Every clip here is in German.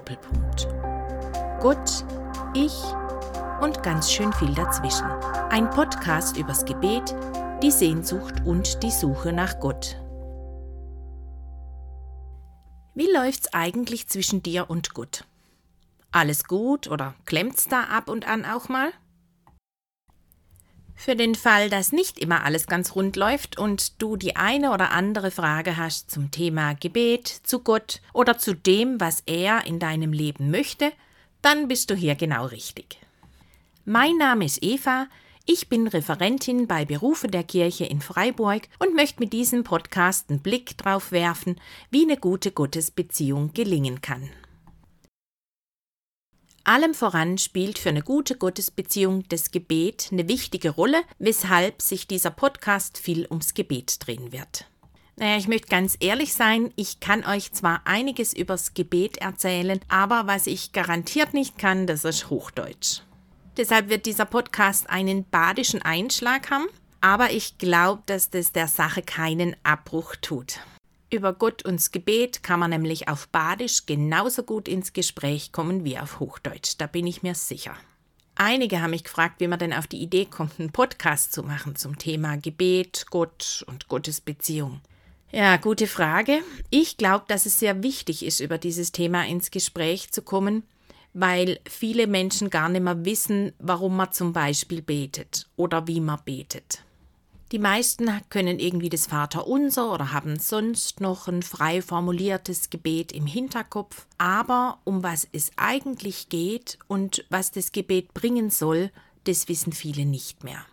Doppelpunkt. Gott, ich und ganz schön viel dazwischen. Ein Podcast übers Gebet, die Sehnsucht und die Suche nach Gott. Wie läuft's eigentlich zwischen dir und Gott? Alles gut oder klemmt's da ab und an auch mal? Für den Fall, dass nicht immer alles ganz rund läuft und du die eine oder andere Frage hast zum Thema Gebet, zu Gott oder zu dem, was er in deinem Leben möchte, dann bist du hier genau richtig. Mein Name ist Eva, ich bin Referentin bei Berufe der Kirche in Freiburg und möchte mit diesem Podcast einen Blick drauf werfen, wie eine gute Gottesbeziehung gelingen kann. Allem voran spielt für eine gute Gottesbeziehung das Gebet eine wichtige Rolle, weshalb sich dieser Podcast viel ums Gebet drehen wird. Ich möchte ganz ehrlich sein, ich kann euch zwar einiges übers Gebet erzählen, aber was ich garantiert nicht kann, das ist Hochdeutsch. Deshalb wird dieser Podcast einen badischen Einschlag haben, aber ich glaube, dass das der Sache keinen Abbruch tut. Über Gott und das Gebet kann man nämlich auf Badisch genauso gut ins Gespräch kommen wie auf Hochdeutsch, da bin ich mir sicher. Einige haben mich gefragt, wie man denn auf die Idee kommt, einen Podcast zu machen zum Thema Gebet, Gott und Gottesbeziehung. Ja, gute Frage. Ich glaube, dass es sehr wichtig ist, über dieses Thema ins Gespräch zu kommen, weil viele Menschen gar nicht mehr wissen, warum man zum Beispiel betet oder wie man betet. Die meisten können irgendwie das Vaterunser oder haben sonst noch ein frei formuliertes Gebet im Hinterkopf. Aber um was es eigentlich geht und was das Gebet bringen soll, das wissen viele nicht mehr.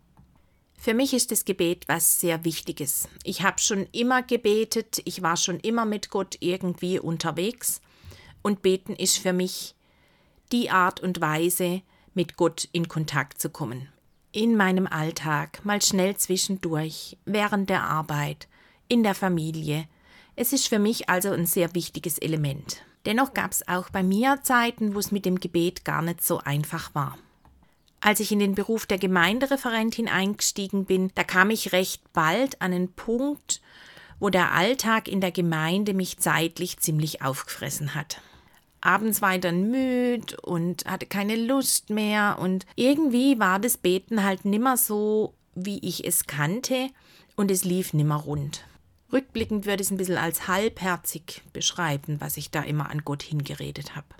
Für mich ist das Gebet was sehr Wichtiges. Ich habe schon immer gebetet, ich war schon immer mit Gott irgendwie unterwegs. Und Beten ist für mich die Art und Weise, mit Gott in Kontakt zu kommen. In meinem Alltag, mal schnell zwischendurch, während der Arbeit, in der Familie. Es ist für mich also ein sehr wichtiges Element. Dennoch gab es auch bei mir Zeiten, wo es mit dem Gebet gar nicht so einfach war. Als ich in den Beruf der Gemeindereferentin eingestiegen bin, da kam ich recht bald an einen Punkt, wo der Alltag in der Gemeinde mich zeitlich ziemlich aufgefressen hat. Abends war ich dann müde und hatte keine Lust mehr und irgendwie war das Beten halt nimmer so, wie ich es kannte und es lief nimmer rund. Rückblickend würde ich es ein bisschen als halbherzig beschreiben, was ich da immer an Gott hingeredet habe.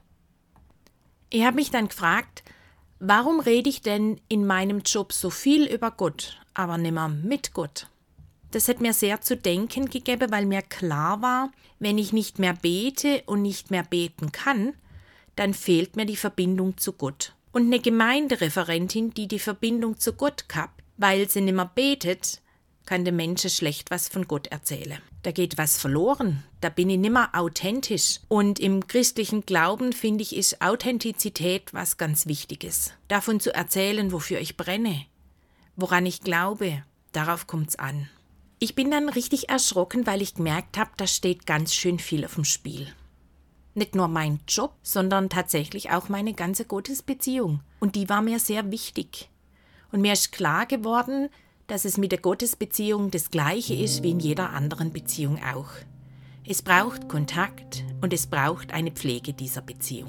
Ich habe mich dann gefragt, warum rede ich denn in meinem Job so viel über Gott, aber nimmer mit Gott? Das hat mir sehr zu denken gegeben, weil mir klar war, wenn ich nicht mehr bete und nicht mehr beten kann, dann fehlt mir die Verbindung zu Gott. Und eine Gemeindereferentin, die die Verbindung zu Gott gehabt, weil sie nimmer betet, kann den Menschen schlecht was von Gott erzählen. Da geht was verloren, da bin ich nimmer authentisch. Und im christlichen Glauben, finde ich, ist Authentizität was ganz Wichtiges. Davon zu erzählen, wofür ich brenne, woran ich glaube, darauf kommt's an. Ich bin dann richtig erschrocken, weil ich gemerkt habe, da steht ganz schön viel auf dem Spiel. Nicht nur mein Job, sondern tatsächlich auch meine ganze Gottesbeziehung. Und die war mir sehr wichtig. Und mir ist klar geworden, dass es mit der Gottesbeziehung das Gleiche ist wie in jeder anderen Beziehung auch. Es braucht Kontakt und es braucht eine Pflege dieser Beziehung.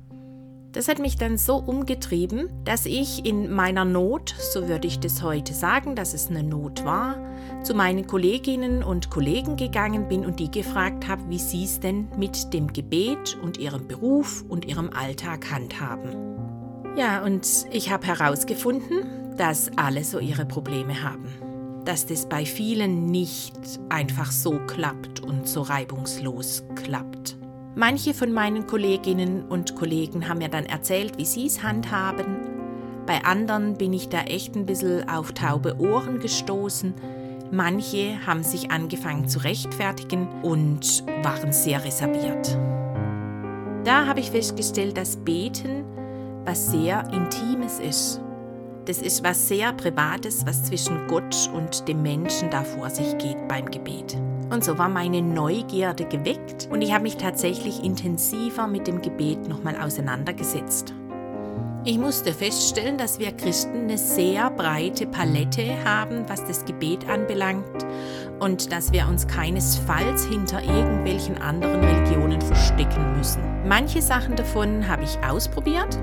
Das hat mich dann so umgetrieben, dass ich in meiner Not, so würde ich das heute sagen, dass es eine Not war, zu meinen Kolleginnen und Kollegen gegangen bin und die gefragt habe, wie sie es denn mit dem Gebet und ihrem Beruf und ihrem Alltag handhaben. Ja, und ich habe herausgefunden, dass alle so ihre Probleme haben. Dass das bei vielen nicht einfach so klappt und so reibungslos klappt. Manche von meinen Kolleginnen und Kollegen haben mir dann erzählt, wie sie es handhaben. Bei anderen bin ich da echt ein bisschen auf taube Ohren gestoßen. Manche haben sich angefangen zu rechtfertigen und waren sehr reserviert. Da habe ich festgestellt, dass Beten was sehr Intimes ist. Das ist was sehr Privates, was zwischen Gott und dem Menschen da vor sich geht beim Gebet. Und so war meine Neugierde geweckt und ich habe mich tatsächlich intensiver mit dem Gebet nochmal auseinandergesetzt. Ich musste feststellen, dass wir Christen eine sehr breite Palette haben, was das Gebet anbelangt und dass wir uns keinesfalls hinter irgendwelchen anderen Religionen verstecken müssen. Manche Sachen davon habe ich ausprobiert,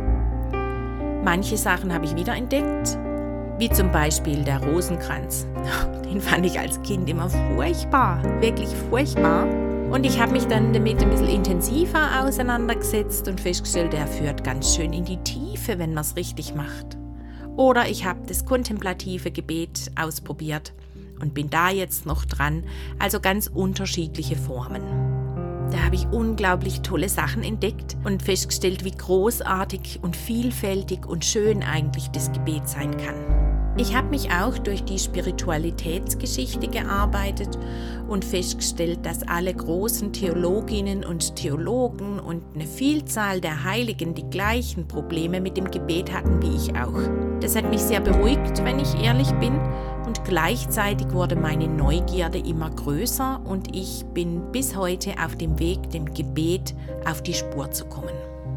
manche Sachen habe ich wiederentdeckt, wie zum Beispiel der Rosenkranz. Den fand ich als Kind immer furchtbar, wirklich furchtbar. Und ich habe mich dann damit ein bisschen intensiver auseinandergesetzt und festgestellt, der führt ganz schön in die Tiefe, wenn man es richtig macht. Oder ich habe das kontemplative Gebet ausprobiert und bin da jetzt noch dran, also ganz unterschiedliche Formen. Da habe ich unglaublich tolle Sachen entdeckt und festgestellt, wie großartig und vielfältig und schön eigentlich das Gebet sein kann. Ich habe mich auch durch die Spiritualitätsgeschichte gearbeitet und festgestellt, dass alle großen Theologinnen und Theologen und eine Vielzahl der Heiligen die gleichen Probleme mit dem Gebet hatten wie ich auch. Das hat mich sehr beruhigt, wenn ich ehrlich bin, und gleichzeitig wurde meine Neugierde immer größer und ich bin bis heute auf dem Weg, dem Gebet auf die Spur zu kommen.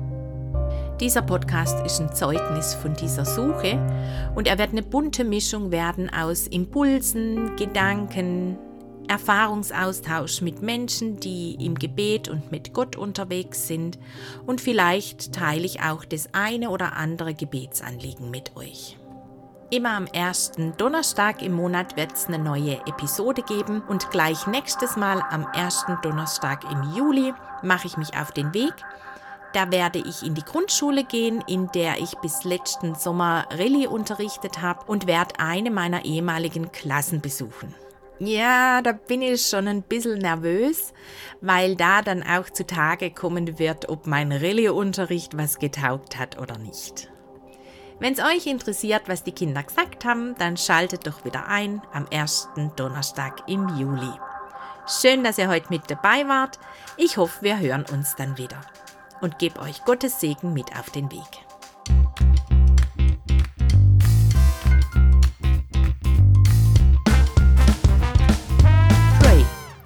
Dieser Podcast ist ein Zeugnis von dieser Suche und er wird eine bunte Mischung werden aus Impulsen, Gedanken, Erfahrungsaustausch mit Menschen, die im Gebet und mit Gott unterwegs sind, und vielleicht teile ich auch das eine oder andere Gebetsanliegen mit euch. Immer am ersten Donnerstag im Monat wird es eine neue Episode geben und gleich nächstes Mal am ersten Donnerstag im Juli mache ich mich auf den Weg. Da werde ich in die Grundschule gehen, in der ich bis letzten Sommer Rallye unterrichtet habe, und werde eine meiner ehemaligen Klassen besuchen. Ja, da bin ich schon ein bisschen nervös, weil da dann auch zutage kommen wird, ob mein Rallye-Unterricht was getaugt hat oder nicht. Wenn es euch interessiert, was die Kinder gesagt haben, dann schaltet doch wieder ein am ersten Donnerstag im Juli. Schön, dass ihr heute mit dabei wart. Ich hoffe, wir hören uns dann wieder. Und gebt euch Gottes Segen mit auf den Weg.